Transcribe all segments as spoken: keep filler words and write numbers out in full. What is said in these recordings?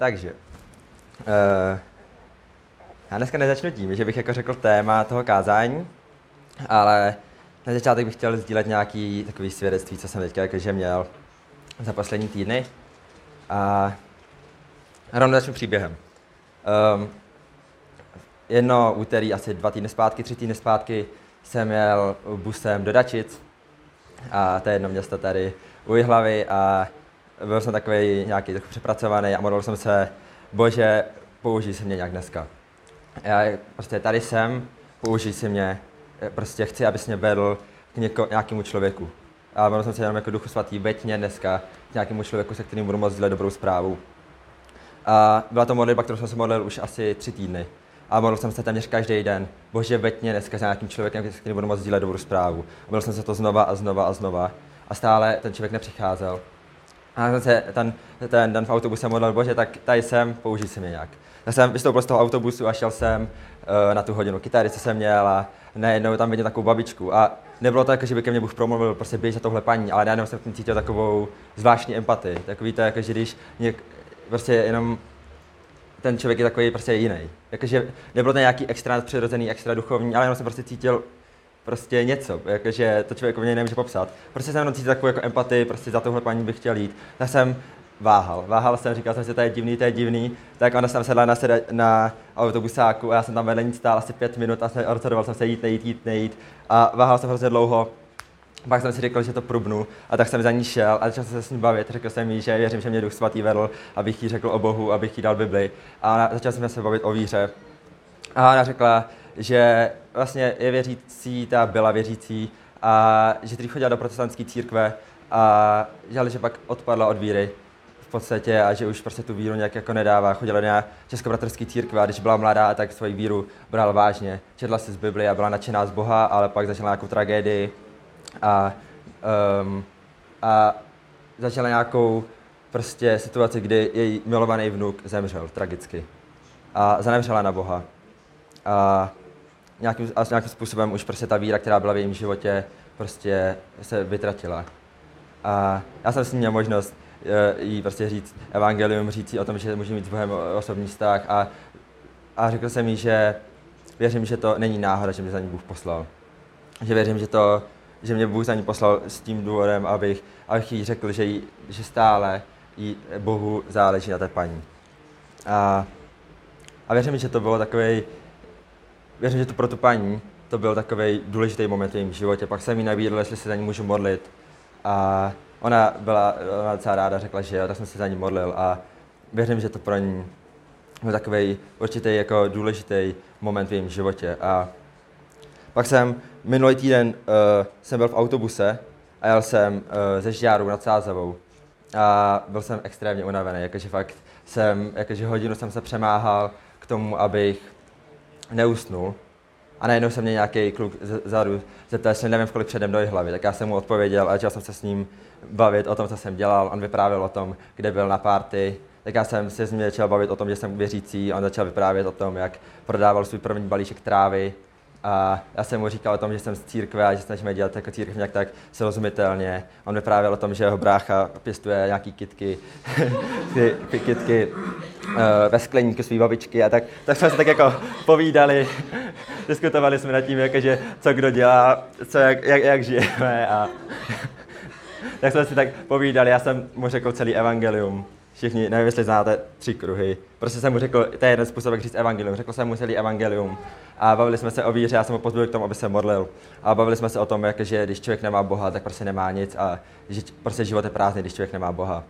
Takže, uh, já dneska nezačnu tím, že bych jako řekl téma toho kázání, ale na začátek bych chtěl sdílet nějaký takový svědectví, co jsem teďka jakože měl za poslední týdny. A rovnou začnu příběhem. Um, jedno úterý, asi dva týdny zpátky, tři týdny zpátky, jsem jel busem do Dačic. A to je jedno město tady u Jihlavy a byl jsem takový nějaký trochu přepracovaný a modlil jsem se, Bože, použij si mě nějak dneska. Já prostě tady jsem, použij si mě, prostě chci, abys mě vedl k něko, nějakému člověku. A modlil jsem se jenom jako Duchu Svatý, veď mě dneska k nějakému člověku, se kterým budu moct sdílet dobrou zprávu. A byla to modlitba, kterou jsem se modlil už asi tři týdny. A modlil jsem se téměř každý den, Bože, veď mě dneska s nějakým člověkem, s kterým budu moct sdílet dobrou zprávu. A modlil jsem se to znova a znova a znova. A stále ten člověk nepřicházel. A jsem se ten, ten den v autobuse modlil, Bože, tak tady jsem, použij si mě nějak. Já jsem vystoupil z toho autobusu a šel jsem uh, na tu hodinu kytary, co jsem měl, a najednou tam vidím takovou babičku. A nebylo to jako, že by ke mně Bůh promluvil, prostě běž za tohle paní, ale najednou jsem v tom cítil takovou zvláštní empatii. Takový to, jako, že když něk, prostě jenom ten člověk je takový prostě jiný. Jakože nebylo to nějaký extra přirozený, extra duchovní, ale jenom jsem prostě cítil prostě něco, jakože to člověk mě nemůže popsat. Prostě jsem jenom cítil takovou jako empatii, prostě za tohle paní bych chtěl jít. Tak jsem váhal, váhal jsem, říkal jsem si, to je divný, to je divný. Tak ona jsem sedla na, seda, na autobusáku a já jsem tam vedle ní stál asi pět minut a jsem, rozhodoval jsem se jít, nejít, jít, nejít. A váhal jsem hrozně dlouho. Pak jsem si řekl, že to prubnu, a tak jsem za ní šel a začal jsem se s ní bavit. Řekl jsem jí, že věřím, že mě Duch Svatý vedl, abych jí řekl o Bohu, abych jí dal Bibli. A začal jsem se bavit o víře. A ona řekla, že vlastně je věřící, ta byla věřící, a že teď chodila do protestantské církve a že, že pak odpadla od víry v podstatě a že už prostě tu víru nějak jako nedává. Chodila na českobratrské církve a když byla mladá, tak svoji víru brala vážně. Četla si z Bibli a byla nadšená z Boha, ale pak začala nějakou tragédii. A, um, a začala nějakou prostě situaci, kdy její milovaný vnuk zemřel tragicky. A zanevřela na Boha. A nějakým, a nějakým způsobem už prostě ta víra, která byla v jejím životě, prostě se vytratila. A já jsem s ní měl možnost jí prostě říct evangelium, říct jí o tom, že může mít s Bohem osobní vztah, a, a řekl jsem jí, že věřím, že to není náhoda, že mě za ní Bůh poslal. Že věřím, že to že mě Bůh za ní poslal s tím důvodem, abych, abych jí řekl, že, jí, že stále jí Bohu záleží na té paní. A, a věřím, že to bylo takovej, věřím, že to pro tu paní to byl takovej důležitý moment v jejím životě. Pak jsem jí nabídl, jestli se za ní můžu modlit. A ona byla ona docela ráda, řekla, že jo, tak jsem se za ní modlil. A věřím, že to pro ní byl takovej určitý jako důležitý moment v jejím životě. A pak jsem minulý týden uh, jsem byl v autobuse a jel jsem uh, ze Žďáru nad Sázavou a byl jsem extrémně unavený, jakože fakt jsem, jakože hodinu jsem se přemáhal k tomu, abych neusnul, a najednou se mě nějaký kluk zadu zeptal, jestli nevím, kolik předem do Jihlavy, tak já jsem mu odpověděl a začal jsem se s ním bavit o tom, co jsem dělal. On vyprávěl o tom, kde byl na party, tak já jsem se s ním začal bavit o tom, že jsem věřící, a on začal vyprávět o tom, jak prodával svůj první balíček trávy. A já jsem mu říkal o tom, že jsem z církve a že snažíme dělat jako církev nějak tak srozumitelně. On vyprávěl o tom, že jeho brácha pěstuje nějaký kytky, ty, ty kytky uh, ve skleníku své babičky, a tak, tak jsme se tak jako povídali, diskutovali jsme nad tím, jakože, co kdo dělá, co, jak, jak, jak žijeme, a tak jsme si tak povídali. Já jsem mu řekl celý evangelium. Všichni, nevím, jestli znáte tři kruhy. Prostě jsem mu řekl, to je jeden způsob, jak říct evangelium. Řekl jsem mu celý evangelium a bavili jsme se o víře, já jsem ho pozval k tomu, aby se modlil. A bavili jsme se o tom, jak, že když člověk nemá Boha, tak prostě nemá nic, a že prostě život je prázdný, když člověk nemá Boha.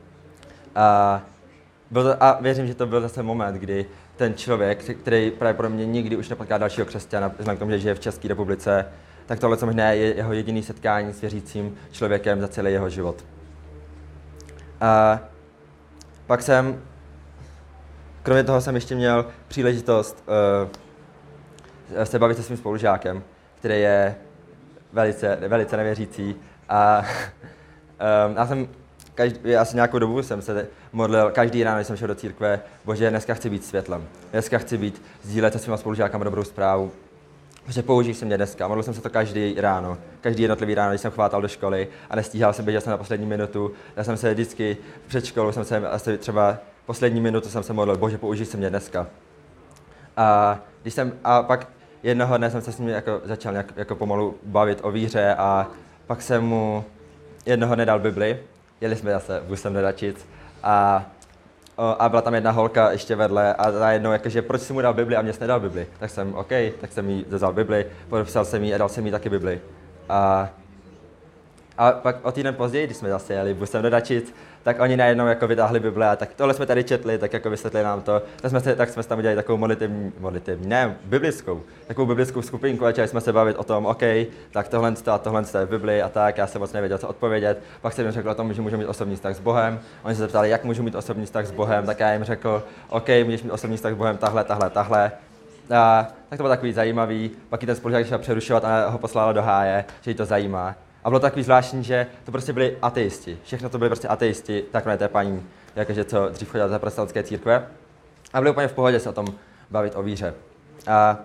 A, byl to, a věřím, že to byl zase moment, kdy ten člověk, který právě pro mě nikdy už nepotká dalšího křesťana, vzhledem k tomu, že žije v České republice, tak tohle, co možná je jeho jediný setkání s věřícím člověkem za celý jeho život. A pak jsem, kromě toho jsem ještě měl příležitost uh, se bavit se svým spolužákem, který je velice, velice nevěřící. A um, já jsem každý, asi nějakou dobu jsem se modlil, každý ráno, když jsem šel do církve, Bože, dneska chci být světlem. Dneska chci být, sdílet se svýma spolužákama dobrou zprávu. Že použij si mě dneska. Modlil jsem se to každý ráno, každý jednotlivý ráno, když jsem chvátal do školy a nestíhal jsem, běžel jsem na poslední minutu. Já jsem se vždycky před školou, jsem se asi třeba poslední minutu jsem se modlil, Bože, použij se mě dneska. A, když jsem, a pak jednoho dne jsem se s ním jako začal nějak, jako pomalu bavit o víře a pak jsem mu jednoho dne dal Bibli, jeli jsme zase busem do Dačic a, a byla tam jedna holka ještě vedle a najednou jakože proč jsi mu dal Bibli a mě jsi nedal Bibli, tak jsem OK, tak jsem jí vzal Bibli, podepsal jsem jí a dal jsem jí taky Bibli. A, a pak o týden později, když jsme zase jeli busem do Dačic, tak oni najednou jako vytáhli Bible a tak tohle jsme tady četli, tak jako vysvětlili nám to. Tak jsme, se, tak jsme tam udělali takovou modlitevní, modlitevní, ne, biblickou, takovou biblickou skupinku a začali jsme se bavit o tom, OK, tak tohle a tohle je v Bibli a tak, já jsem moc nevěděl, co odpovědět. Pak jsem jim řekl o tom, že můžu mít osobní vztah s Bohem. Oni se zeptali, jak můžu mít osobní vztah s Bohem, tak já jim řekl, OK, můžeš mít osobní vztah s Bohem tahle, tahle, tahle. A tak to bylo takový zajímavý, pak i ten spolužák šel přerušovat a ho poslala do háje, že jí to zajímá. A bylo to takový zvláštní, že to prostě byli ateisti. Všechno to byli prostě ateisti, takhle té paní, jakože co dřív chodila do protestantské církve. A byli úplně v pohodě se o tom bavit o víře. A,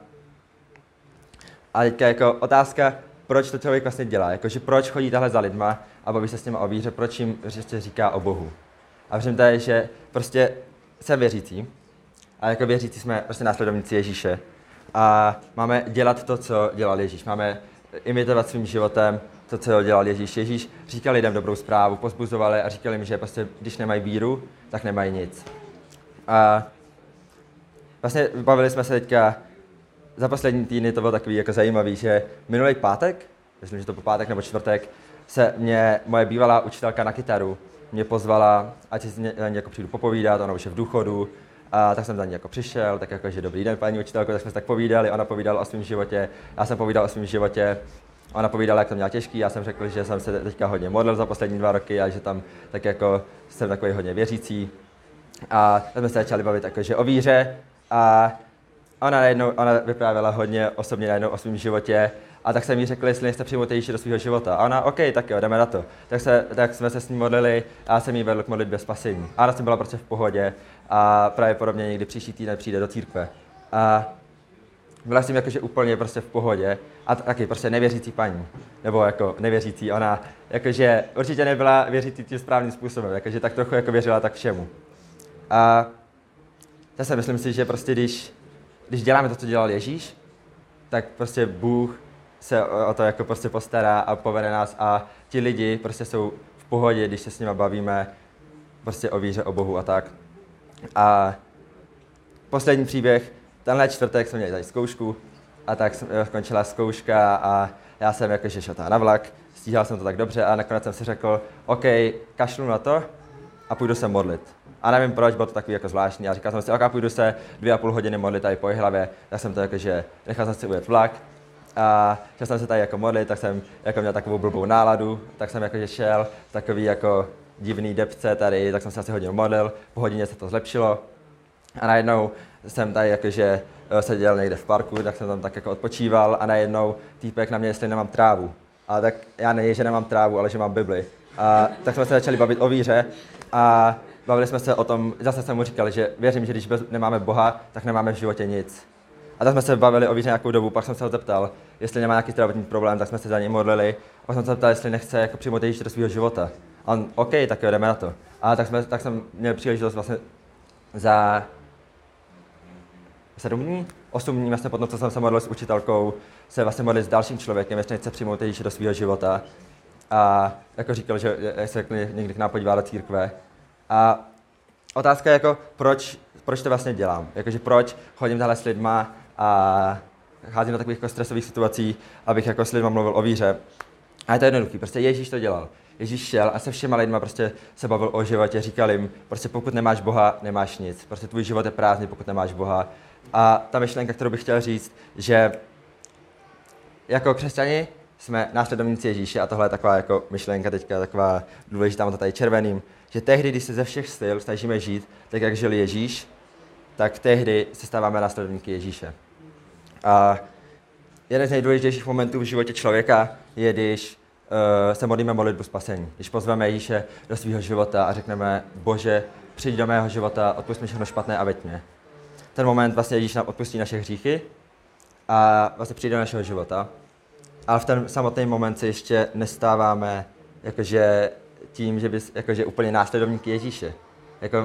a teďka jako otázka, proč to člověk vlastně dělá. Jakože proč chodí tahle za lidma a baví se s nimi o víře, proč jim ještě říká o Bohu. A všem to je, že prostě jsem věřící. A jako věřící jsme prostě následovníci Ježíše. A máme dělat to, co dělal Ježíš. Máme imitovat svým životem to, co dělal Ježíš. Ježíš říkal lidem dobrou zprávu, pozbuzovali a říkali jim, že prostě, když nemají víru, tak nemají nic. A vlastně bavili jsme se teďka, za poslední týdny to bylo takový jako zajímavý, že minulý pátek, myslím, že to byl pátek nebo čtvrtek, se mě moje bývalá učitelka na kytaru mě pozvala, ať si za ní jako přijdu popovídat, ona už je v důchodu. A tak jsem za ní jako přišel, tak jako, že dobrý den, paní učitelko, tak jsme se tak povídali, ona povídala o svém životě, já jsem povídal o svém životě, ona povídala, jak to měla těžký, já jsem řekl, že jsem se teďka hodně modlil za poslední dva roky a že tam tak jako jsem takový hodně věřící. A tak jsme se začali bavit jako, že o víře a ona najednou, ona vyprávěla hodně osobně najednou o svém životě a tak jsem jí řekl, jestli nechce přijmout Ježíše do svého života. A ona, OK, tak jo, jdeme na to. Tak, se, tak jsme se s ní modlili a já jsem jí vedl k modlitbě spasení. A ona s tím byla prostě v pohodě a pravděpodobně někdy příští týden přijde do církve. A byla s tím jakože úplně prostě v pohodě a taky prostě nevěřící paní, nebo jako nevěřící, ona jakože určitě nebyla věřící tím správným způsobem, jakože tak trochu jako věřila tak všemu. A zase myslím si, že prostě když, když děláme to, co dělal Ježíš, tak prostě Bůh se o to jako prostě postará a povede nás a ti lidi prostě jsou v pohodě, když se s nimi bavíme prostě o víře, o Bohu a tak. A poslední příběh, tenhle čtvrtek jsme měli tady zkoušku a tak skončila zkouška a já jsem jakože šel na vlak, stíhal jsem to tak dobře a nakonec jsem si řekl, OK, kašlu na to a půjdu se modlit. A nevím proč, bylo to takový jako zvláštní a říkal jsem si, OK, půjdu se dvě a půl hodiny modlit tady po hlavě, tak jsem to jakože, nechal jsem si ujet vlak a šel jsem se tady jako modlit, tak jsem jako měl takovou blbou náladu, tak jsem jakože šel takový jako divný depce tady, tak jsem se asi hodinu modlil, po hodině se to zlepšilo a najednou jsem tady jakože seděl někde v parku, tak jsem tam tak jako odpočíval a najednou týpek na mě, jestli nemám trávu. A tak já ne, že nemám trávu, ale že mám Bibli. A tak jsme se začali bavit o víře a bavili jsme se o tom, zase jsem mu říkal, že věřím, že když bez, nemáme Boha, tak nemáme v životě nic. A tak jsme se bavili o víře nějakou dobu, pak jsem se ho zeptal, jestli nemá nějaký zdravotní problém, tak jsme se za něj modlili. Pak jsem se zeptal, jestli nechce jako přijmout Ježíše do svého života. A on, OK, tak jo, jdeme na to. A tak, jsme, tak jsem měl příležitost vlastně za sedm dní, osm dní vlastně potom, co jsem se modlil s učitelkou, se vlastně modlit s dalším člověkem, jestli nechce přijmout Ježíše do svého života. A jako říkal, že se někdy k nám podívá do církve. A otázka je jako, proč, proč to vlastně dělám? Jakože proč chodím tahle s lidma a cházím do takových jako stresových situací, abych jako s lidma mluvil o víře. A je to jednoduchý, prostě Ježíš to dělal. Ježíš šel a se všema lidma prostě se bavil o životě, říkal jim, prostě pokud nemáš Boha, nemáš nic. Prostě tvůj život je prázdný, pokud nemáš Boha. A ta myšlenka, kterou bych chtěl říct, že jako křesťani jsme následovníci Ježíše a tohle je taková jako myšlenka teďka taková důležitá, mám to tady červeným, že tehdy, když se ze všech styl snažíme žít tak, jak žil Ježíš, tak tehdy se stáváme následovníky Ježíše. A jeden z nejdůležitějších momentů v životě člověka je, když uh, se modlíme modlitbu spasení. Když pozveme Ježíše do svého života a řekneme, Bože, přijď do mého života, odpusť mi všechno špatné a veď mě. Ten moment vlastně Ježíš nám odpustí naše hříchy a vlastně přijde do našeho života. Ale v ten samotný moment se ještě nestáváme jakože tím, že bys jakože úplně následovníky Ježíše. Jako,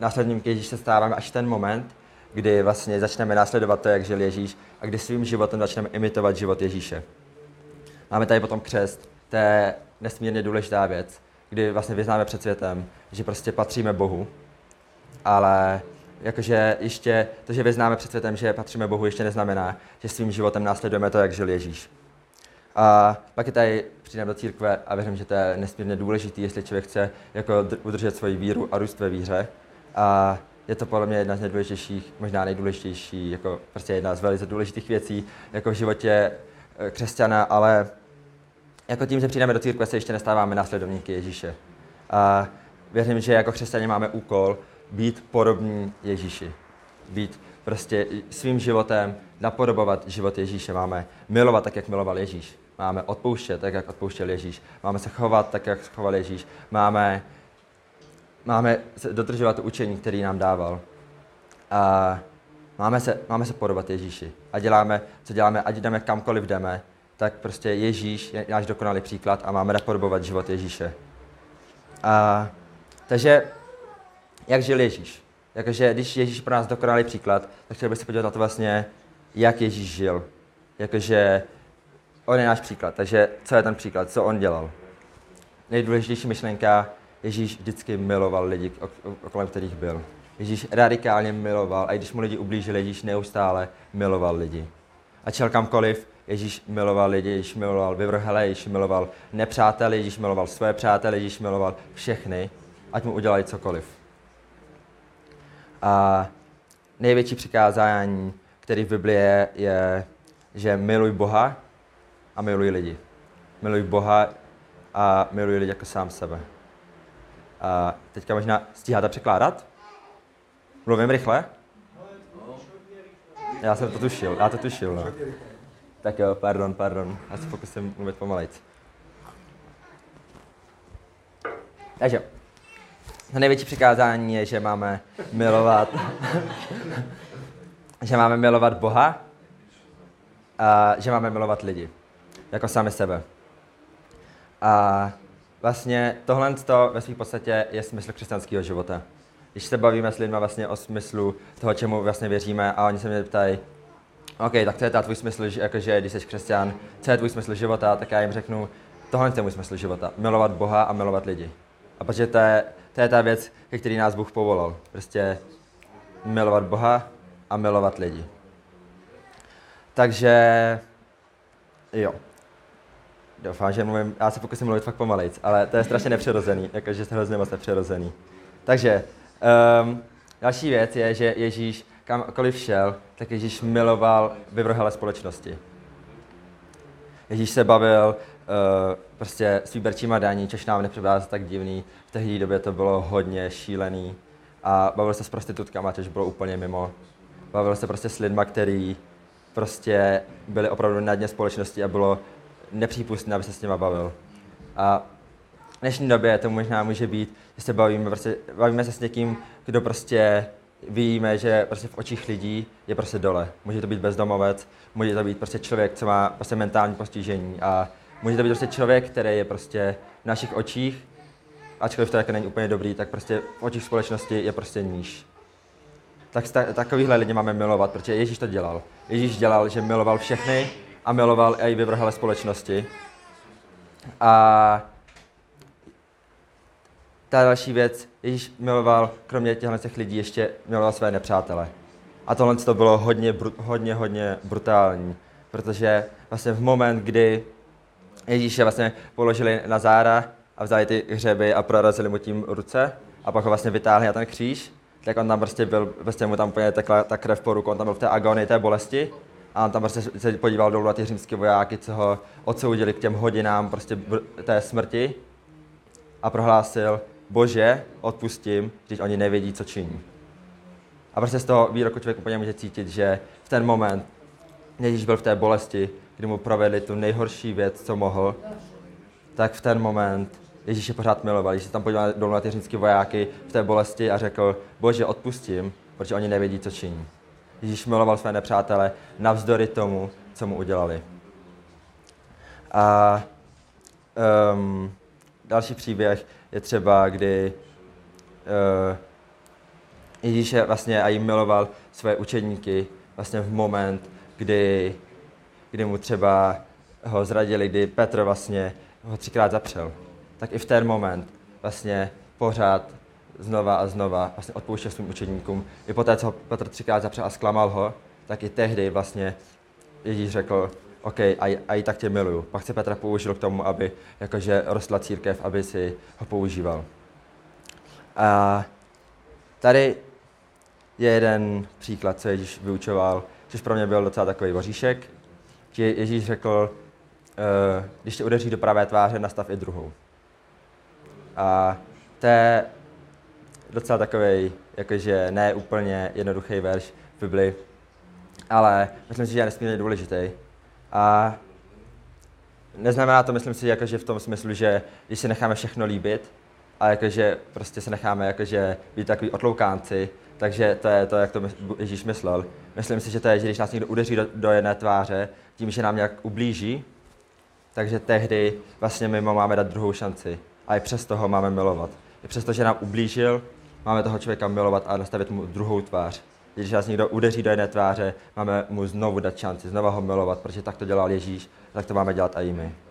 následníky Ježíše se stáváme až ten moment, kdy vlastně začneme následovat to, jak žil Ježíš a kdy svým životem začneme imitovat život Ježíše. Máme tady potom křest, to je nesmírně důležitá věc, kdy vlastně vyznáme před světem, že prostě patříme Bohu, ale jakože ještě to, že vyznáme před světem, že patříme Bohu, ještě neznamená, že svým životem následujeme to, jak žil Ježíš. A pak je tady přijdeme do církve a věřím, že to je nesmírně důležitý, jestli člověk chce jako udržet svoji víru a růst ve víře. A je to podle mě jedna z nejdůležitějších, možná nejdůležitější, jako prostě jedna z velice důležitých věcí jako v životě křesťana, ale jako tím, že přijdeme do církve, se ještě nestáváme následovníky Ježíše. A věřím, že jako křesťané máme úkol být podobní Ježíši. Být prostě svým životem napodobovat život Ježíše. Máme milovat tak, jak miloval Ježíš. Máme odpouštět tak, jak odpouštěl Ježíš. Máme se chovat tak, jak choval Ježíš. Máme, máme dodržovat to učení, který nám dával. A máme se, máme se podobat Ježíši. A děláme, co děláme, ať jdeme kamkoliv jdeme, tak prostě Ježíš je náš dokonalý příklad a máme napodobovat život Ježíše. A, takže, jak žil Ježíš? Jakože když Ježíš pro nás dokonalý příklad, tak chtěl bych se podívat na to vlastně, jak Ježíš žil. Jakože on je náš příklad, takže co je ten příklad, co on dělal? Nejdůležitější myšlenka, Ježíš vždycky miloval lidi, okolo kterých byl. Ježíš radikálně miloval, a i když mu lidi ublížili, Ježíš neustále miloval lidi. A šel kamkoliv, Ježíš miloval lidi, Ježíš miloval vyvrhelé, Ježíš miloval nepřátele, Ježíš miloval své přátele, Ježíš miloval všechny, ať mu udělají cokoliv. A největší přikázání, který v Biblii je, je, že miluj Boha a miluj lidi. Miluj Boha a miluj lidi jako sám sebe. A teďka možná stíháte překládat? Mluvím rychle? Já jsem to tušil, já to tušil, no. Tak jo, pardon, pardon, já se pokusím mluvit pomalejc. Takže, to největší přikázání je, že máme milovat, že máme milovat Boha a že máme milovat lidi, jako sami sebe. A vlastně tohle ve své podstatě je smysl křesťanského života. Když se bavíme s lidmi vlastně o smyslu toho, čemu vlastně věříme, a oni se mě ptají, OK, tak to je ta tvůj smysl, jakože když jsi křesťan, co je tvůj smysl života, tak já jim řeknu, tohle je můj smysl života, milovat Boha a milovat lidi. A protože to je, to je ta věc, ke který nás Bůh povolal. Prostě milovat Boha a milovat lidi. Takže, jo. Doufám, že mluvím, já se pokusím mluvit fakt pomalejc, ale to je strašně nepřirozený, jakože je hrozně moc nepřirozený. Takže, um, další věc je, že Ježíš kamkoliv šel, tak Ježíš miloval vyvrhelé společnosti. Ježíš se bavil uh, prostě s výběrčíma daní, což nám nepřipadá tak divný. V té době to bylo hodně šílený. A bavil se s prostitutkama, což bylo úplně mimo. Bavil se prostě s lidma, kteří prostě byli opravdu na dně společnosti a bylo nepřípustné, aby se s nima bavil. A v dnešní době to možná může být, že se bavíme, prostě, bavíme se s někým, kdo prostě víme, že prostě v očích lidí je prostě dole. Může to být bezdomovec, může to být prostě člověk, co má prostě mentální postižení, a může to být prostě člověk, který je prostě v našich očích, ačkoliv to jako není úplně dobrý, tak prostě v očích společnosti je prostě níž. Tak takovýhle lidi máme milovat, protože Ježíš to dělal. Ježíš dělal, že miloval všechny a miloval i vyvrhelé společnosti. A ta další věc, Ježíš miloval, kromě těchto lidí, ještě miloval své nepřátele. A tohle to bylo hodně, hodně, hodně brutální, protože vlastně v moment, kdy Ježíše vlastně položili na záda a vzali ty hřeby a prorazili mu tím ruce a pak ho vlastně vytáhli na ten kříž, tak on tam prostě byl, prostě mu tam úplně tekla ta krev po ruku, on tam byl v té agonii, té bolesti, a on tam prostě se podíval dolů na ty římské vojáky, co ho odsoudili k těm hodinám prostě té smrti, a prohlásil: Bože, odpustím, když oni nevědí, co činí. A prostě z toho výroku člověk úplně může cítit, že v ten moment, Ježíš byl v té bolesti, kdy mu provedli tu nejhorší věc, co mohl, tak v ten moment Ježíše pořád miloval. Ježíš se tam podíval dolů na ty římské vojáky v té bolesti a řekl: Bože, odpustím, protože oni nevědí, co činí. Ježíš miloval své nepřátele navzdory tomu, co mu udělali. A um, další příběh je třeba, kdy uh, Ježíš je vlastně i miloval své učedníky vlastně v moment, kdy, kdy mu třeba ho zradili, kdy Petr vlastně ho třikrát zapřel. Tak i v ten moment vlastně pořád znova a znova vlastně odpouštěl svým učedníkům. I poté, co ho Petr třikrát zapřel a zklamal ho, tak i tehdy vlastně Ježíš řekl, OK, a, a i tak tě miluju. Pak se Petra použil k tomu, aby jakože rostla církev, aby si ho používal. A tady je jeden příklad, co Ježíš vyučoval, což pro mě byl docela takový voříšek, že Ježíš řekl, uh, když tě udeří do pravé tváře, nastav i druhou. A to je docela takový, jakože ne úplně jednoduchý verš v Bibli, ale myslím si, že je nesmírně důležitý. A neznamená to, myslím si, jakože v tom smyslu, že když si necháme všechno líbit a jakože prostě se necháme jakože být takový otloukánci, takže to je to, jak to Ježíš myslel. Myslím si, že to je, že když nás někdo udeří do, do jedné tváře, tím, že nám nějak ublíží, takže tehdy vlastně my mu máme dát druhou šanci. A i přes toho máme milovat. I přesto, že nám ublížil, máme toho člověka milovat a nastavit mu druhou tvář. Když nás někdo udeří do jedné tváře, máme mu znovu dát šanci, znovu ho milovat, protože tak to dělal Ježíš, tak to máme dělat i my.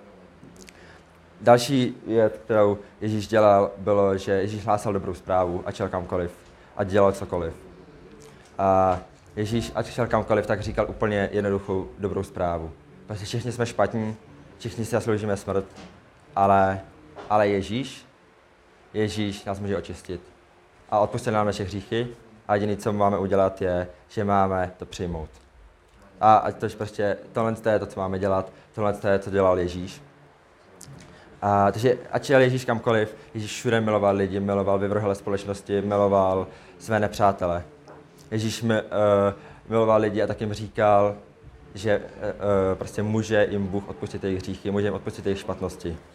Další věc, kterou Ježíš dělal, bylo, že Ježíš hlásal dobrou zprávu, ať šel kamkoliv, ať dělal cokoliv. A Ježíš, ať šel kamkoliv, tak říkal úplně jednoduchou dobrou zprávu. Protože všichni jsme špatní, všichni si zasloužíme smrt, ale, ale Ježíš, Ježíš nás může očistit. A odpustil nám naše hříchy a jediné, co máme udělat, je, že máme to přijmout. A ať to prostě, tohle je to, co máme dělat, tohle je, co dělal Ježíš. A, takže ať šel Ježíš kamkoliv, Ježíš všude miloval lidi, miloval vyvrholé společnosti, miloval své nepřátele. Ježíš mi, uh, miloval lidi a tak jim říkal, že uh, prostě může jim Bůh odpustit jejich hříchy, může jim odpustit jejich špatnosti. Uh,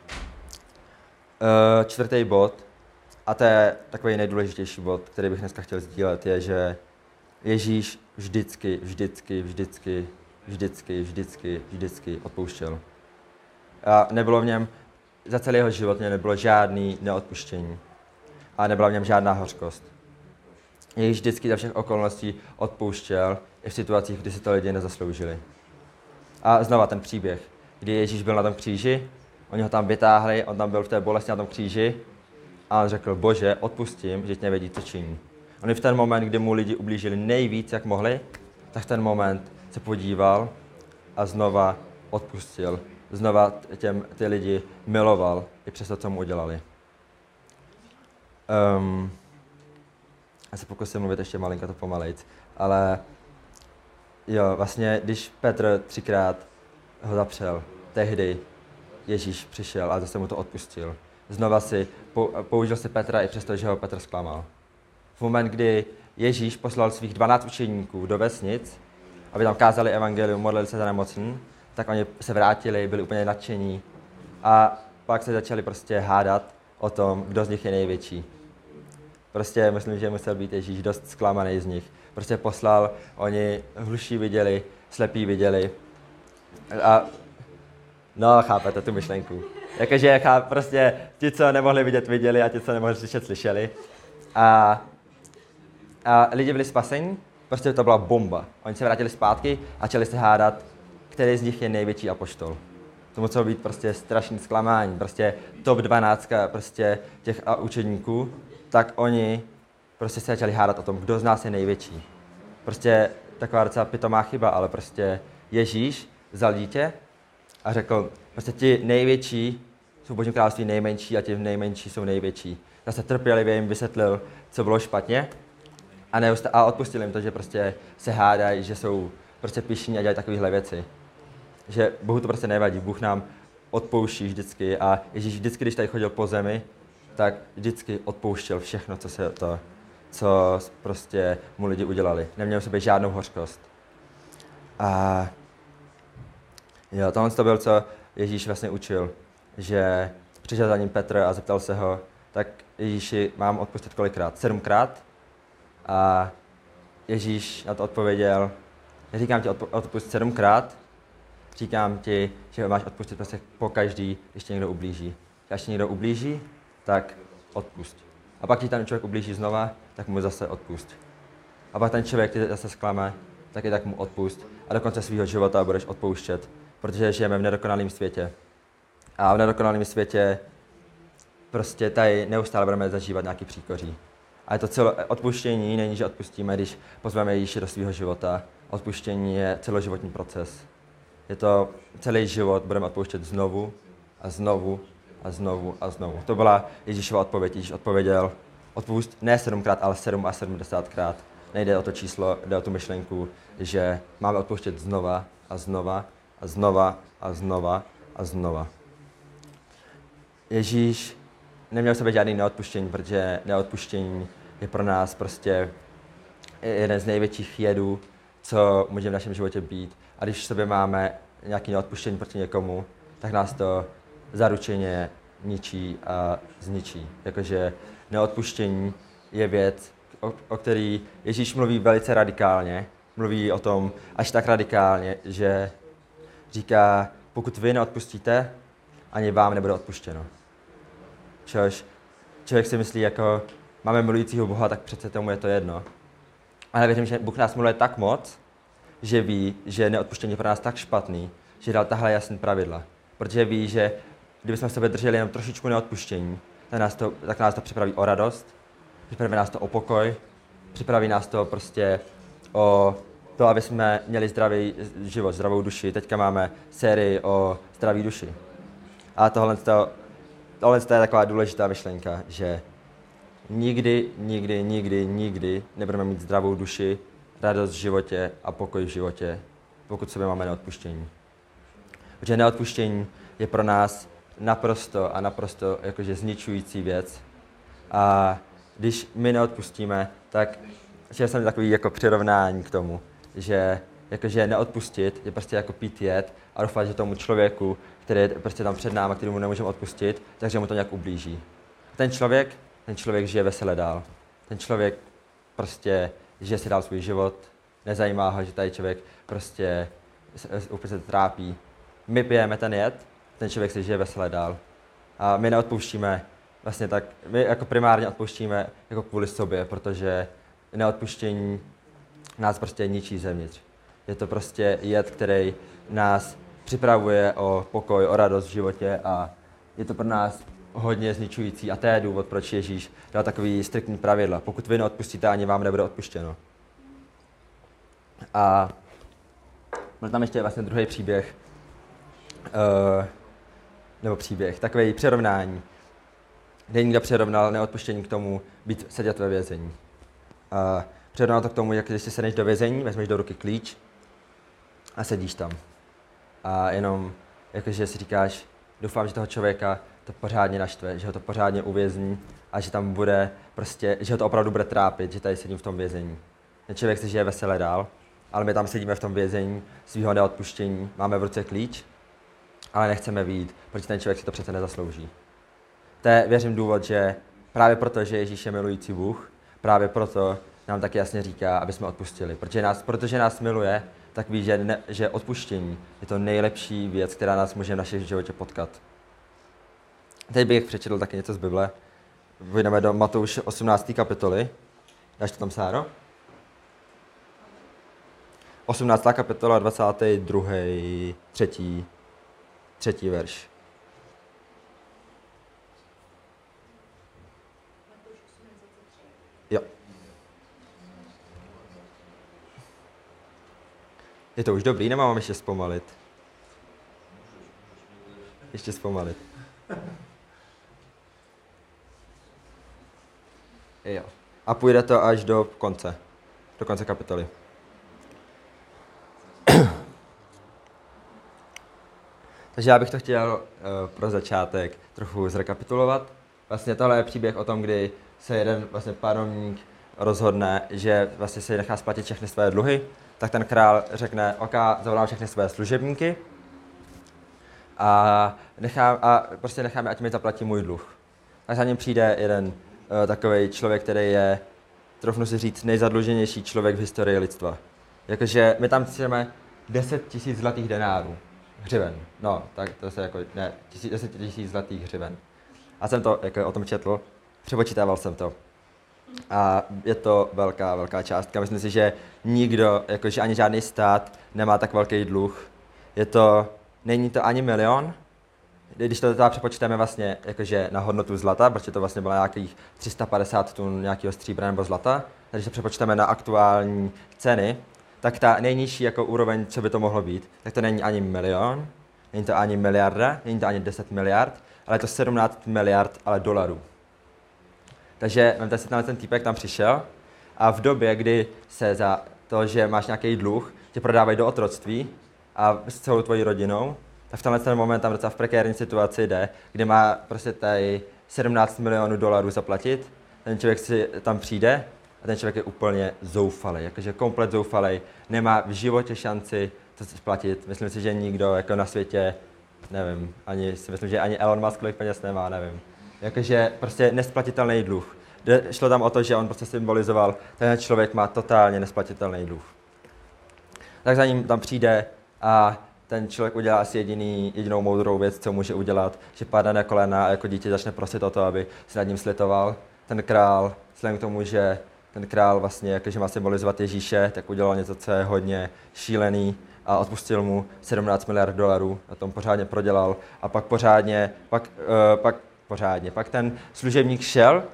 čtvrtý bod, a to je takový nejdůležitější bod, který bych dneska chtěl sdílet, je, že Ježíš vždycky, vždycky, vždycky, vždycky, vždycky, vždycky odpouštěl. A nebylo v něm, za celý jeho život nebylo žádný neodpuštění. A nebyla v něm žádná hořkost. Ježíš vždycky za všech okolností odpouštěl i v situacích, kdy si to lidi nezasloužili. A znova ten příběh, kdy Ježíš byl na tom kříži, oni ho tam vytáhli, on tam byl v té bolesti na tom kříži a on řekl, Bože, odpustím, že tě nevědí, co činí. On v ten moment, kdy mu lidi ublížili nejvíc, jak mohli, tak v ten moment se podíval a znova odpustil. Znova těm ty lidi miloval i přes to, co mu udělali. Um, já se pokusím mluvit ještě malinko to pomalejc, ale jo, vlastně, když Petr třikrát ho zapřel, tehdy Ježíš přišel a zase mu to odpustil. Znova si, použil si Petra i přesto, že ho Petr zklamal. V moment, kdy Ježíš poslal svých dvanáct učeníků do vesnic, aby tam kázali evangelium, modlili se za nemocný, tak oni se vrátili, byli úplně nadšení a pak se začali prostě hádat o tom, kdo z nich je největší. Prostě myslím, že musel být Ježíš dost zklamaný z nich. Prostě poslal, oni hluší viděli, slepí viděli a no, chápete tu myšlenku. Jakože cháp, prostě ti, co nemohli vidět, viděli a ti, co nemohli slyšet, slyšeli. A, a lidi byli spaseni, prostě to byla bomba. Oni se vrátili zpátky a začali se hádat, který z nich je největší apoštol. To muselo být prostě strašný zklamání. Prostě top dvanáct prostě těch učedníků, tak oni prostě se začali hádat o tom, kdo z nás je největší. Prostě taková docela pitomá chyba, ale prostě Ježíš vzal dítě a řekl, prostě ti největší jsou v Božím království nejmenší a ti nejmenší jsou největší. Zase trpělivě jim vysvětlil, co bylo špatně a, neustá- a odpustil jim to, že prostě se hádají, že jsou prostě pyšní a dělají takovéhle věci. Že Bohu to prostě nevadí, Bůh nám odpouští vždycky a Ježíš vždycky, když tady chodil po zemi, tak vždycky odpouštěl všechno, co se to, co prostě mu lidi udělali. Neměl v sobě žádnou hořkost. A jo, tohle to byl, co Ježíš vlastně učil, že přišel za ním Petr a zeptal se ho, tak Ježíši, mám odpustit kolikrát? Sedmkrát? A Ježíš na to odpověděl, neříkám ti odpustit sedmkrát, říkám ti, že máš odpustit prostě po každý, když ti někdo ublíží. Když ti někdo ublíží, tak odpusť. A pak, když ten člověk ublíží znova, tak mu zase odpust. A pak ten člověk, který zase zklame, tak i tak mu odpust. A do konce svého života budeš odpouštět, protože žijeme v nedokonalém světě. A v nedokonalém světě prostě tady neustále budeme zažívat nějaký příkoří. A je to celo, odpuštění není, že odpustíme, když pozveme Ježíše do svého života. Odpuštění je celoživotní proces. Je to celý život, budeme odpouštět znovu a znovu a znovu a znovu. To byla Ježíšova odpověď. Ježíš odpověděl, odpust ne sedmkrát, ale sedm a sedmdesátkrát. Nejde o to číslo, jde o tu myšlenku, že máme odpouštět znova a znova a znova a znova a znova. Ježíš neměl v sobě žádný neodpuštění, protože neodpuštění je pro nás prostě jeden z největších jedů, co může v našem životě být. A když v sobě máme nějaké neodpuštění proti někomu, tak nás to zaručeně ničí a zničí. Jakože neodpuštění je věc, o, o který Ježíš mluví velice radikálně. Mluví o tom až tak radikálně, že říká, pokud vy neodpustíte, ani vám nebude odpuštěno. Což člověk si myslí, jako máme milujícího Boha, tak přece tomu je to jedno. Ale věřím, že Bůh nás miluje tak moc, že ví, že neodpuštění je pro nás tak špatný, že dal tahle jasný pravidla. Protože ví, že kdybychom v sobě drželi jenom trošičku neodpuštění, tak nás to, tak nás to připraví o radost, připraví nás to o pokoj, připraví nás to prostě o to, aby jsme měli zdravý život, zdravou duši. Teďka máme sérii o zdraví duši. A tohle, to, tohle to je taková důležitá myšlenka, že nikdy, nikdy, nikdy, nikdy nebudeme mít zdravou duši, radost v životě a pokoj v životě, pokud sobě máme neodpuštění. Protože neodpuštění je pro nás naprosto a naprosto jakože zničující věc. A když my neodpustíme, tak chtěl jsem takový jako přirovnání k tomu, že jakože neodpustit je prostě jako pít jed a doufat, že tomu člověku, který je prostě tam před námi, kterému nemůžeme odpustit, takže mu to nějak ublíží. Ten člověk, ten člověk žije vesele dál. Ten člověk prostě žije si dál svůj život, nezajímá ho, že tady člověk prostě úplně se trápí. My pijeme ten jed, ten člověk si žije vesele dál. A my neodpouštíme vlastně tak, my jako primárně odpouštíme jako kvůli sobě, protože neodpuštění nás prostě ničí zevnitř. Je to prostě jed, který nás připravuje o pokoj, o radost v životě a je to pro nás hodně zničující a to je důvod, proč Ježíš dal takový striktní pravidla. Pokud vy neodpustíte, ani vám nebude odpuštěno. A byl tam ještě vlastně druhý příběh, uh, nebo příběh, takový přirovnání, kde někdo přirovnal neodpuštění k tomu být sedět ve vězení. Uh, přirovnal to k tomu, jak když si sedneš do vězení, vezmeš do ruky klíč a sedíš tam. A jenom jakože si říkáš, doufám, že toho člověka to pořádně naštve, že ho to pořádně uvězní a že tam bude prostě, že ho to opravdu bude trápit, že tady sedím v tom vězení. Ten člověk si žije vesele dál, ale my tam sedíme v tom vězení svýho neodpuštění, máme v ruce klíč, ale nechceme vyjít, protože ten člověk si to přece nezaslouží. To je, věřím, důvod, že právě proto, že Ježíš je milující Bůh, právě proto nám taky jasně říká, aby jsme odpustili. Protože nás, protože nás miluje, tak ví, že, ne, že odpuštění je to nejlepší věc, která nás může v našem životě potkat. Teď bych přečetl taky něco z Bible. Vyjdeme do Matouše osmnácté kapitoly. Dáš to tam, Sáro? osmnáctá kapitola, dvacátý druhý, třetí, třetí verš. Jo. Je to už dobrý, nebo mám ještě zpomalit? Ještě zpomalit. Jo. A půjde to až do konce. Do konce kapitoly. Takže já bych to chtěl uh, pro začátek trochu zrekapitulovat. Vlastně tohle je příběh o tom, kdy se jeden vlastně panovník rozhodne, že vlastně se nechá splatit všechny své dluhy, tak ten král řekne, OK, zavolám všechny své služebníky a, nechám, a prostě necháme, ať mi zaplatí můj dluh. Tak za ním přijde jeden uh, takový člověk, který je, troufnu si říct, nejzadluženější člověk v historii lidstva. Jakože my tam chceme deset tisíc zlatých denárů. Hřiven. No, tak to se jako, ne, tisíc, deset tisíc zlatých hřiven. A jsem to jako o tom četl Přepočítával jsem to. A je to velká, velká částka. Myslím si, že nikdo, jakože ani žádný stát nemá tak velký dluh. Je to, není to ani milion, když to teda přepočteme vlastně jakože na hodnotu zlata, protože to vlastně bylo nějakých tři sta padesát tun nějakého stříbra nebo zlata, takže když to přepočteme na aktuální ceny, tak ta nejnižší jako úroveň, co by to mohlo být, tak to není ani milion, není to ani miliarda, není to ani deset miliard, ale je to sedmnáct miliard ale dolarů. Takže vemte si, ten týpek tam přišel a v době, kdy se za to, že máš nějaký dluh, tě prodávají do otroctví a s celou tvojí rodinou, tak v tenhle ten moment tam docela v prekérní situaci jde, kde má prostě tady sedmnáct milionů dolarů zaplatit, ten člověk si tam přijde a ten člověk je úplně zoufalý, jakože komplet zoufalý, nemá v životě šanci to splatit. Myslím si, že nikdo jako na světě, nevím, ani si myslím, že ani Elon Musk kolik peněz nemá, nevím. Jakože prostě nesplatitelný dluh. Šlo tam o to, že on prostě symbolizoval, ten člověk má totálně nesplatitelný dluh. Tak za ním tam přijde a ten člověk udělá asi jediný, jedinou moudrou věc, co může udělat, že padne na kolena a jako dítě začne prosit o to, aby se nad ním slitoval. Ten král, vzhledem k tomu, že ten král vlastně jakože má symbolizovat Ježíše, tak udělal něco, co je hodně šílený a odpustil mu sedmnáct miliard dolarů, a tom pořádně prodělal a pak pořádně, pak, uh, pak pořádně, pak ten služebník šel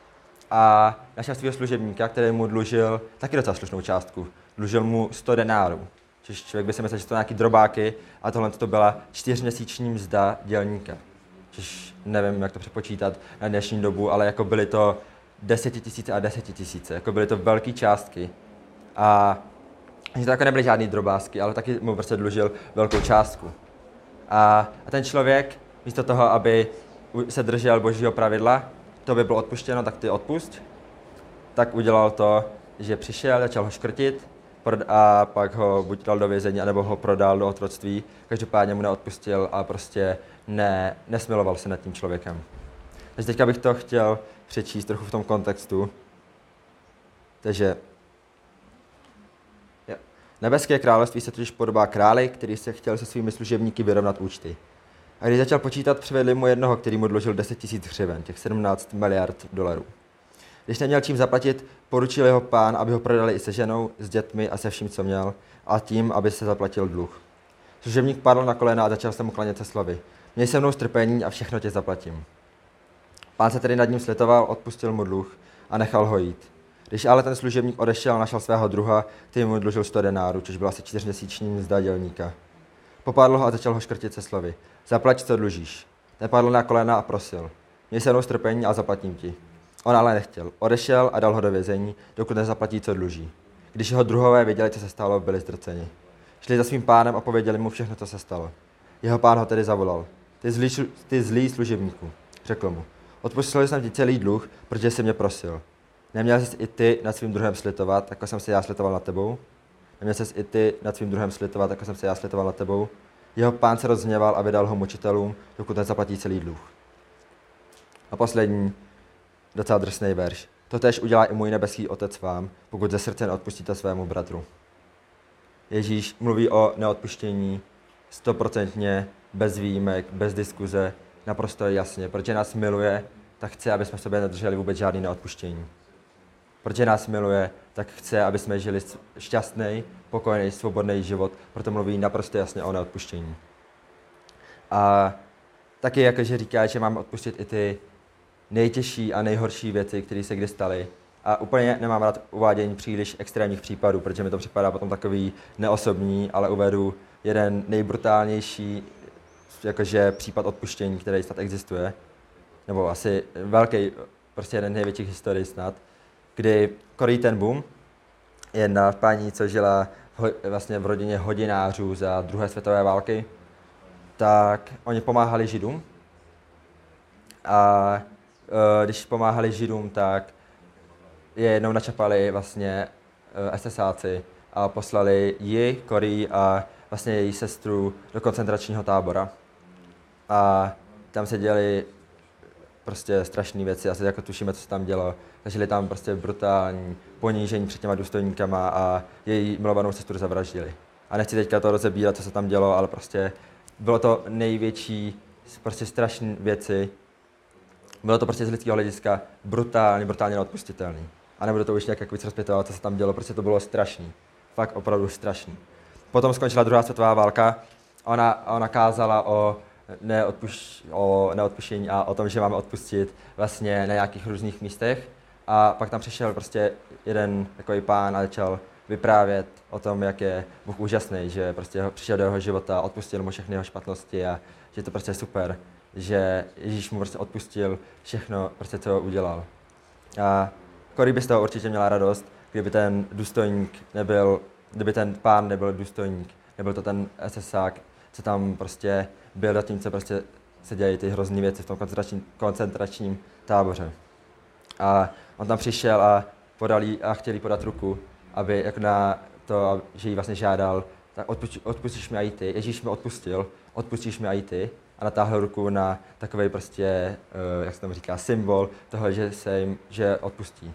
a našel svého služebníka, který mu dlužil taky docela slušnou částku, dlužil mu sto denárů. Čiže člověk by si myslel, že to jsou nějaký drobáky a tohle to byla čtyřměsíční mzda dělníka. Čiže nevím, jak to přepočítat na dnešní dobu, ale jako byly to desetitisíce a desetitisíce, jako byly to velké částky. A že to jako nebyly žádný drobásky, ale taky mu prostě dlužil velkou částku. A, a ten člověk, místo toho, aby se držel božího pravidla, to by bylo odpuštěno, tak ty odpusť, tak udělal to, že přišel, začal ho škrtit, a pak ho buď dal do vězení, anebo ho prodal do otroctví. Každopádně mu neodpustil a prostě ne, nesmiloval se nad tím člověkem. Takže teďka bych to chtěl přečíst trochu v tom kontextu. Takže jo. Nebeské království se totiž podobá králi, který se chtěl se svými služebníky vyrovnat účty. A když začal počítat, přivedli mu jednoho, který mu dlužil deset tisíc hřiven, těch sedmnáct miliard dolarů. Když neměl čím zaplatit, poručil jeho pán, aby ho prodali i se ženou, s dětmi a se vším, co měl, a tím, aby se zaplatil dluh. Služebník padl na kolena a začal se mu klanět se slovy. Měj se mnou strpení a všechno tě zaplatím. Pán se tedy nad ním slitoval, odpustil mu dluh a nechal ho jít. Když ale ten služebník odešel, našel svého druha, který mu dlužil sto denárů, což byla asi čtyřměsíční mzda dělníka. Popadl ho a začal ho škrtit se slovy. Zaplať, co dlužíš. Ten padl na kolena a prosil. Měj se mnou strpení a zaplatím ti. On ale nechtěl. Odešel a dal ho do vězení, dokud nezaplatí, co dluží. Když jeho druhové věděli, co se stalo, byli zdrceni. Šli za svým pánem a pověděli mu všechno, co se stalo. Jeho pán ho tedy zavolal. Ty zlý, ty zlý služebníku, řekl mu. Odpustil jsem ti celý dluh, protože jsi mě prosil. Neměl jsi i ty nad svým druhem slitovat, jako jsem se já slitoval nad tebou? Neměl jsi i ty nad svým druhem slitovat, jako jsem se já slitoval nad tebou? Jeho pán se rozhněval a vydal ho mučitelům, dokud nezaplatí celý dluh. A poslední, docela drsný verš. Totéž udělá i můj nebeský otec vám, pokud ze srdce neodpustíte svému bratru. Ježíš mluví o neodpuštění stoprocentně, bez výjimek, bez diskuze, naprosto jasně. Protože nás miluje, tak chce, aby jsme v sobě nedrželi vůbec žádný neodpuštění. Protože nás miluje, tak chce, aby jsme žili šťastný, pokojný, svobodný život, proto mluví naprosto jasně o neodpuštění. A taky jakože říká, že máme odpustit i ty nejtěžší a nejhorší věci, které se kdy staly. A úplně nemám rád uvádění příliš extrémních případů, protože mi to připadá potom takový neosobní, ale uvedu jeden nejbrutálnější jakože případ odpuštění, který snad existuje, nebo asi velký, prostě jeden z největších historií snad, kdy Corrie ten Boom, jedna paní, co žila v, vlastně v rodině hodinářů za druhé světové války, tak oni pomáhali Židům. A e, když pomáhali Židům, tak je jednou načapali vlastně esesáci a poslali ji, Corrie a vlastně její sestru do koncentračního tábora. A tam se děly prostě strašné věci, asi jako tušíme, co se tam dělo. Zažili tam prostě brutální ponížení před těma důstojníkama a její milovanou sestru zavraždili. A nechci teďka to rozebírat, co se tam dělo, ale prostě bylo to největší, prostě strašné věci. bylo to prostě z lidského hlediska brutálně, brutálně neodpustitelný. A nebudu to už nějak jako víc rozpětovat, co se tam dělo, prostě to bylo strašný. Fakt opravdu strašný. Potom skončila druhá světová válka a ona, ona kázala o, neodpuš, o neodpuštění a o tom, že máme odpustit vlastně na nějakých různých místech. A pak tam přišel prostě jeden takový pán a začal vyprávět o tom, jak je Bůh úžasný, že prostě přišel do jeho života, odpustil mu všechny jeho špatnosti a že je to prostě super, že Ježíš mu prostě odpustil všechno, prostě co udělal. A Cory by z toho určitě měla radost, kdyby ten důstojník nebyl, kdyby ten pán nebyl důstojník, nebyl to ten esesák, co tam prostě byl za tím, co prostě se dějí ty hrozný věci v tom koncentračním, koncentračním táboře. A on tam přišel a podal jí, a chtěl jí podat ruku, aby jako na to, že jí vlastně žádal, tak odpuš, odpustíš mi i ty. Ježíš mi odpustil, odpustíš mi i ty. A natáhl ruku na takový prostě, jak se tam říká, symbol toho, že se jim, že odpustí.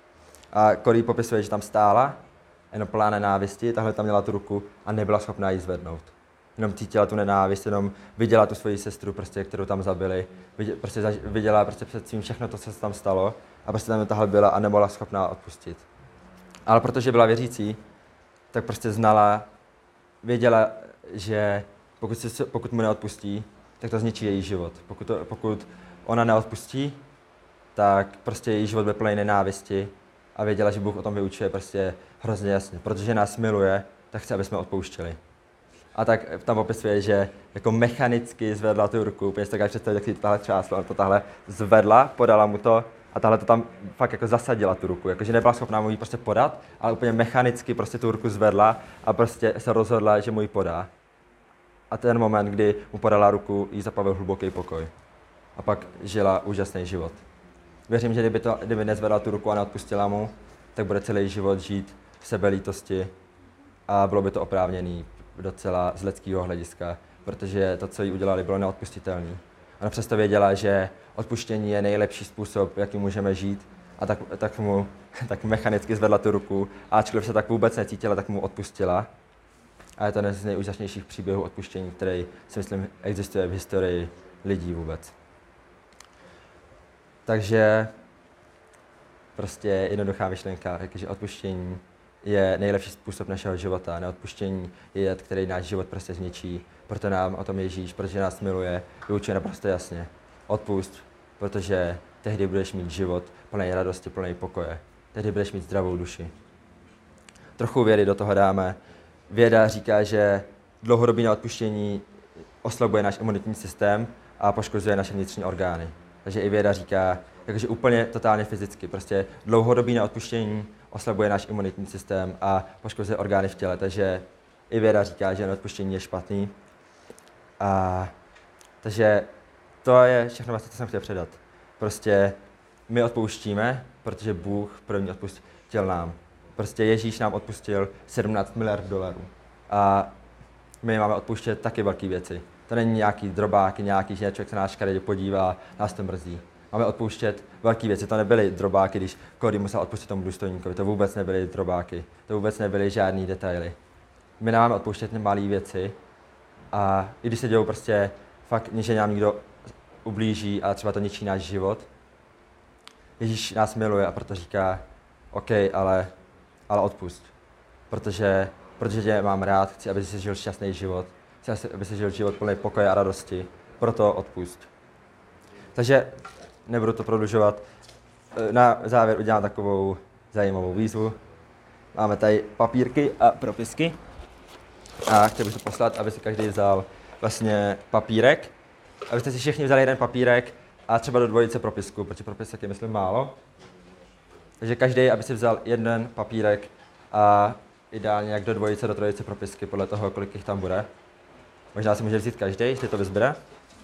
A Cory popisuje, že tam stála, jenom plná nenávisti, tahle tam měla tu ruku a nebyla schopná ji zvednout. Jenom cítila tu nenávist, jenom viděla tu svoji sestru, prostě, kterou tam zabili, viděla, prostě viděla prostě před svým všechno to, co se tam stalo a prostě tam tahle byla a nebyla schopná odpustit. Ale protože byla věřící, tak prostě znala, věděla, že pokud, se, pokud mu neodpustí, tak to zničí její život. Pokud, to, pokud ona neodpustí, tak prostě její život bude plný nenávisti a věděla, že Bůh o tom vyučuje prostě hrozně jasně. Protože nás miluje, tak chce, aby jsme odpouštěli. A tak tam opisuje, že jako mechanicky zvedla tu ruku, úplně si tak představit, jak si to tahle třásla, to tahle zvedla, podala mu to a tahle to tam fakt jako zasadila tu ruku, jakože nebyla schopná mu ji prostě podat, ale úplně mechanicky prostě tu ruku zvedla a prostě se rozhodla, že mu ji podá. A ten moment, kdy mu podala ruku, jí zapavil hluboký pokoj. A pak žila úžasný život. Věřím, že kdyby, to, kdyby nezvedla tu ruku a neodpustila mu, tak bude celý život žít v sebelítosti a bylo by to oprávněný docela z lidského hlediska, protože to, co jí udělali, bylo neodpustitelné. Ona přesto věděla, že odpuštění je nejlepší způsob, jaký můžeme žít, a tak, tak mu tak mechanicky zvedla tu ruku, a ačkoliv se tak vůbec necítila, tak mu odpustila. A je to jeden z nejúžasnějších příběhů odpuštění, který si myslím existuje v historii lidí vůbec. Takže prostě jednoduchá myšlenka, že odpuštění je nejlepší způsob našeho života. Neodpuštění je jed, který náš život prostě zničí. Proto nám o tom Ježíš, protože nás miluje, vyučuje naprosto jasně. Odpusť, protože tehdy budeš mít život plný radosti, plný pokoje. Tehdy budeš mít zdravou duši. Trochu vědy do toho dáme. Věda říká, že dlouhodobé neodpuštění oslabuje náš imunitní systém a poškozuje naše vnitřní orgány. Takže i věda říká, jakože úplně totálně fyzicky, prostě dlouhodobé neodpuštění oslabuje náš imunitní systém a poškozuje orgány v těle. Takže i věda říká, že neodpuštění je špatný. A, takže to je všechno vlastně, co jsem chtěl předat. Prostě my odpouštíme, protože Bůh první odpustil nám. Prostě Ježíš nám odpustil sedmnáct miliard dolarů. A my máme odpouštět taky velké věci. To není nějaký drobáky, nějaký, že člověk se nás škaredě podívá, nás to mrzí. Máme odpouštět velké věci. To nebyly drobáky, když Cory musel odpustit tomu důstojníkovi. To vůbec nebyly drobáky. To vůbec nebyly žádný detaily. My máme odpouštět malé věci. A i když se dějou prostě fakt, že nám někdo ublíží a třeba to ničí náš život, Ježíš nás miluje a proto říká, OK, ale, ale odpusť. Protože, protože tě mám rád, chci, aby jsi žil šťastný život. Chci, aby jsi žil život plný pokoje a radosti. Proto odpusť. Takže nebudu to prodlužovat. Na závěr udělám takovou zajímavou výzvu. Máme tady papírky a propisky. A chtěl bych to poslat, aby si každý vzal vlastně papírek. Abyste si všichni vzali jeden papírek a třeba do dvojice propisku, protože propisek je, myslím, málo. Takže každý, aby si vzal jeden papírek a ideálně jak do dvojice, do trojice propisky, podle toho, kolik jich tam bude. Možná si může vzít každý, jestli to vyzbere.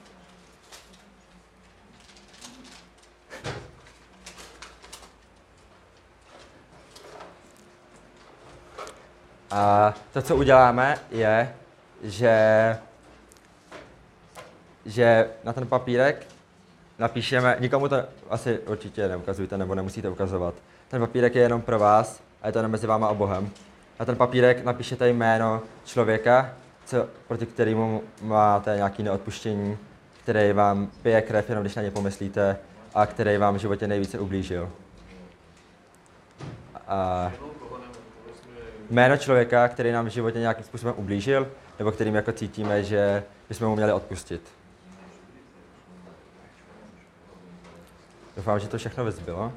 A to, co uděláme, je, že, že na ten papírek napíšeme, nikomu to asi určitě neukazujte nebo nemusíte ukazovat. Ten papírek je jenom pro vás a je to jenom mezi váma a Bohem. Na ten papírek napíšete jméno člověka, co, proti kterému máte nějaké neodpuštění, který vám pije krev, jenom když na ně pomyslíte, a který vám v životě nejvíce ublížil. A jméno člověka, který nám v životě nějakým způsobem ublížil, nebo kterým jako cítíme, že bychom mu měli odpustit. Doufám, že to všechno vyzbylo.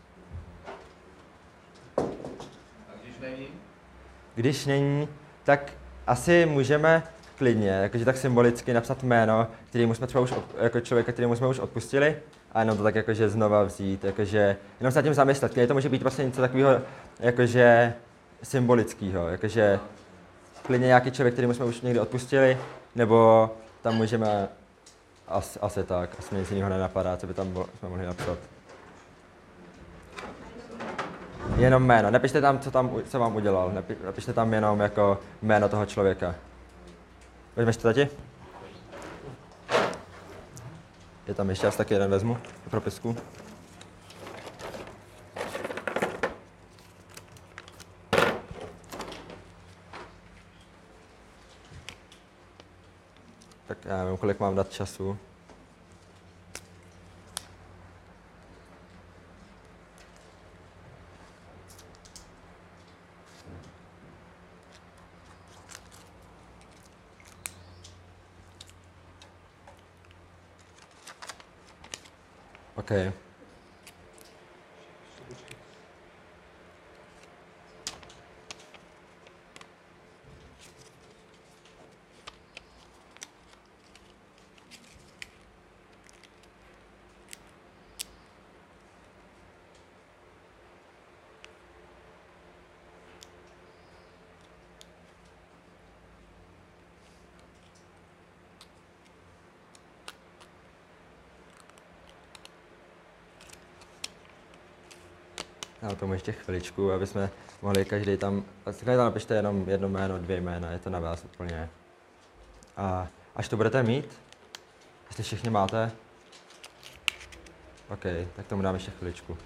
A když není? Když není, tak asi můžeme klidně, jakože tak symbolicky napsat jméno, kterému jsme třeba už, jako člověka, kterému jsme už odpustili, a jenom to tak jakože znova vzít, jakože jenom se nad tím zamyslet, klidně to může být vlastně něco takového, jakože symbolického, jakože klidně nějaký člověk, kterému jsme už někdy odpustili, nebo tam můžeme, asi, asi tak, asi nic jiného nenapadá, co by tam bylo, jsme mohli napsat. Jenom jméno, nepište tam, co, tam, co vám udělal, Nepi, napište tam jenom jako jméno toho člověka. Vezmeš to tati? Je tam ještě, asi taky jeden vezmu do propisku. Tak já nevím, kolik mám dát času. OK. Na tom ještě chviličku, aby jsme mohli každý tam, takhle tam napište jenom jedno jméno, dvě jména, je to na vás úplně. A až to budete mít, jestli všichni máte, OK, tak tomu dám ještě chviličku.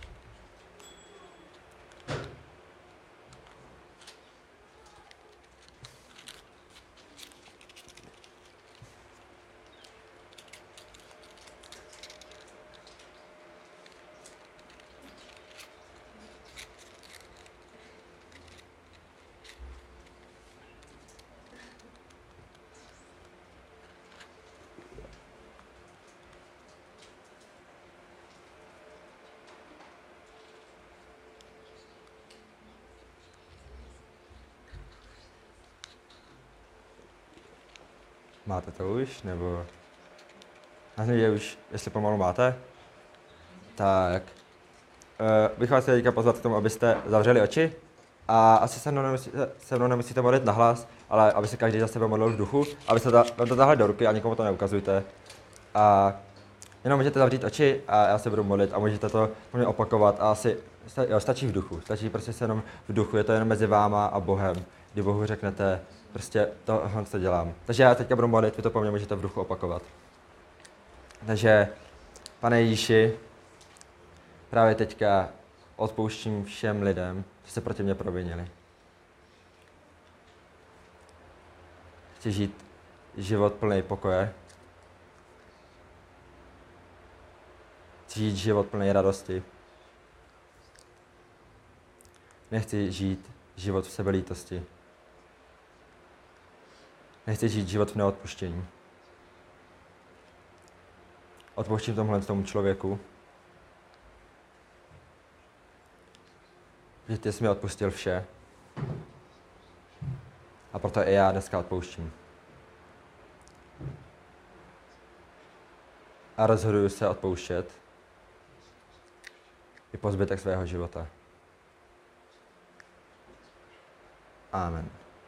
Máte to už, nebo... Já nevím, že už, jestli pomalu máte, tak uh, bych vás chtěl teďka pozvat k tomu, abyste zavřeli oči a asi se mnou nemusíte, se mnou nemusíte modlit nahlas, ale aby se každý za sebe modlil v duchu, abyste to, to tahli do ruky a nikomu to neukazujte. A jenom můžete zavřít oči a já se budu modlit a můžete to mě opakovat a asi jo, stačí v duchu, stačí prostě se jenom v duchu, je to jenom mezi váma a Bohem, kdy Bohu řeknete, prostě tohle to dělám. Takže já teďka budu modlit, vy to po mně můžete v duchu opakovat. Takže, Pane Ježíši, právě teďka odpouštím všem lidem, co se proti mě provinili. Chci žít život plný pokoje. Chci žít život plný radosti. Nechci žít život v sebelítosti. Nechci žít život v neodpuštění. Odpouštím tomhle tomu člověku, že ty jsi mi odpustil vše. A proto i já dneska odpouštím. A rozhoduju se odpouštět i po zbytek svého života. Amen.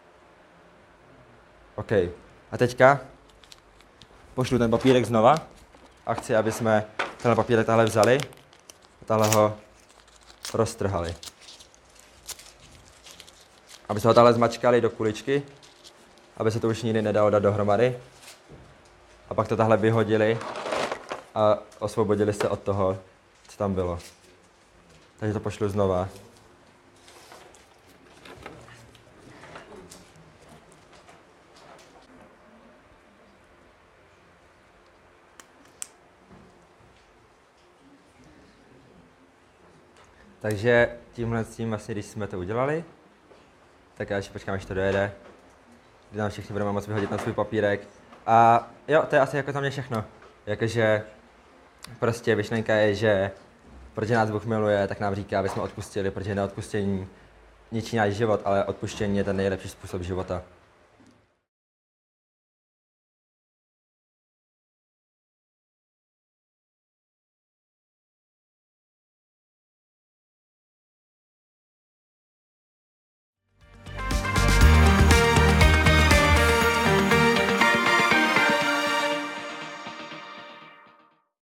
OK. A teďka pošlu ten papírek znova a chci, aby jsme tenhle papírek tahle vzali a tahle ho roztrhali. Aby se ho tahle zmačkali do kuličky, aby se to už nikdy nedalo dát dohromady. A pak to tahle vyhodili a osvobodili se od toho, co tam bylo. Takže to pošlu znova. Takže tímhle s tím vlastně, když jsme to udělali, tak já ještě počkám, až to dojede. Kdy nám všichni budeme moct vyhodit na svůj papírek. A jo, to je asi jako za mě všechno. Jakože prostě myšlenka je, že protože nás Bůh miluje, tak nám říká, aby jsme odpustili, protože neodpuštění ničí náš život, ale odpuštění je ten nejlepší způsob života.